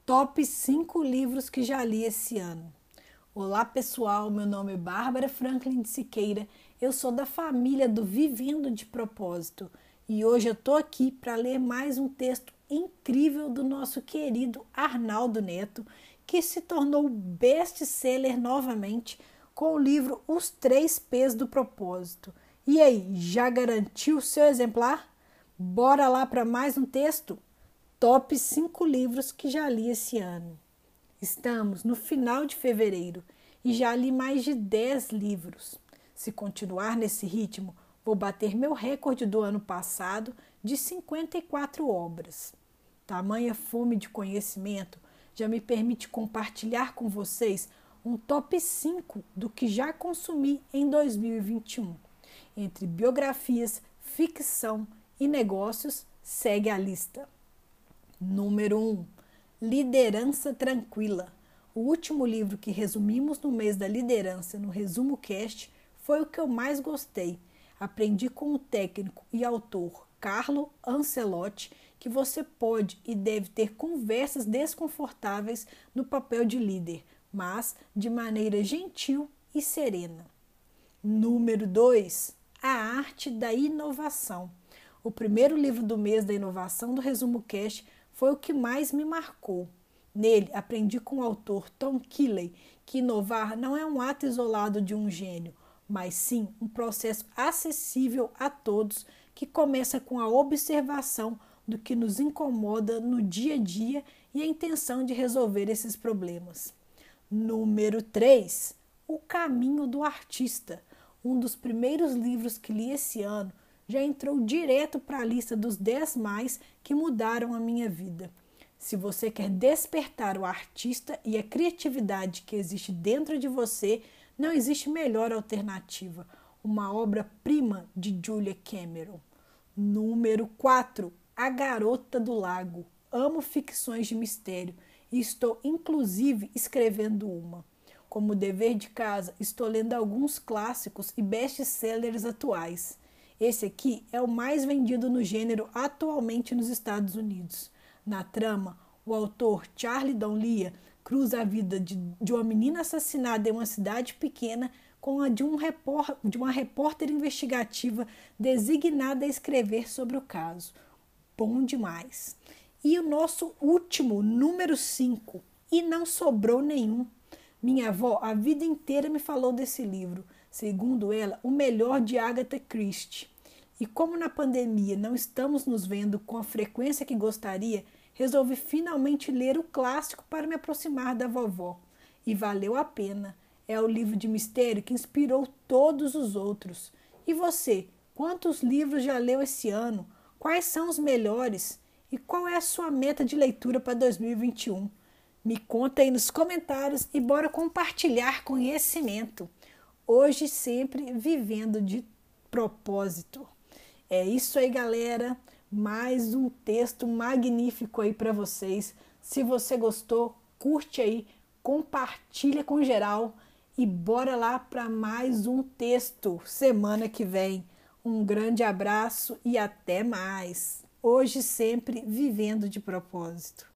Top 5 livros que já li esse ano. Olá pessoal, meu nome é Bárbara Franklin de Siqueira, eu sou da família do Vivendo de Propósito e hoje eu tô aqui para ler mais um texto incrível do nosso querido Arnaldo Neto, que se tornou best-seller novamente com o livro Os 3 P's do Propósito. E aí, já garantiu o seu exemplar? Bora lá para mais um texto? Top 5 livros que já li esse ano. Estamos no final de fevereiro e já li mais de 10 livros. Se continuar nesse ritmo, vou bater meu recorde do ano passado de 54 obras. Tamanha fome de conhecimento já me permite compartilhar com vocês um top 5 do que já consumi em 2021. Entre biografias, ficção e negócios, segue a lista. Número 1. Liderança Tranquila. O último livro que resumimos no mês da liderança no Resumo Cast foi o que eu mais gostei. Aprendi com o técnico e autor Carlo Ancelotti que você pode e deve ter conversas desconfortáveis no papel de líder, mas de maneira gentil e serena. Número 2. A Arte da Inovação. O primeiro livro do mês da inovação do Resumo Cast foi o que mais me marcou. Nele, aprendi com o autor Tom Keeley que inovar não é um ato isolado de um gênio, mas sim um processo acessível a todos que começa com a observação do que nos incomoda no dia a dia e a intenção de resolver esses problemas. Número 3. O Caminho do Artista. Um dos primeiros livros que li esse ano já entrou direto para a lista dos 10 mais que mudaram a minha vida. Se você quer despertar o artista e a criatividade que existe dentro de você, não existe melhor alternativa. Uma obra-prima de Julia Cameron. Número 4. A Garota do Lago. Amo ficções de mistério e estou inclusive escrevendo uma. Como dever de casa, estou lendo alguns clássicos e best-sellers atuais. Esse aqui é o mais vendido no gênero atualmente nos Estados Unidos. Na trama, o autor Charlie Donlia cruza a vida de uma menina assassinada em uma cidade pequena com a de uma repórter investigativa designada a escrever sobre o caso. Bom demais! E o nosso último, número 5, E Não Sobrou Nenhum. Minha avó a vida inteira me falou desse livro, segundo ela, o melhor de Agatha Christie. E como na pandemia não estamos nos vendo com a frequência que gostaria, resolvi finalmente ler o clássico para me aproximar da vovó. E valeu a pena. É o livro de mistério que inspirou todos os outros. E você, quantos livros já leu esse ano? Quais são os melhores? E qual é a sua meta de leitura para 2021? Me conta aí nos comentários e bora compartilhar conhecimento. Hoje sempre vivendo de propósito. É isso aí, galera. Mais um texto magnífico aí para vocês. Se você gostou, curte aí, compartilha com geral e bora lá para mais um texto semana que vem. Um grande abraço e até mais. Hoje sempre vivendo de propósito.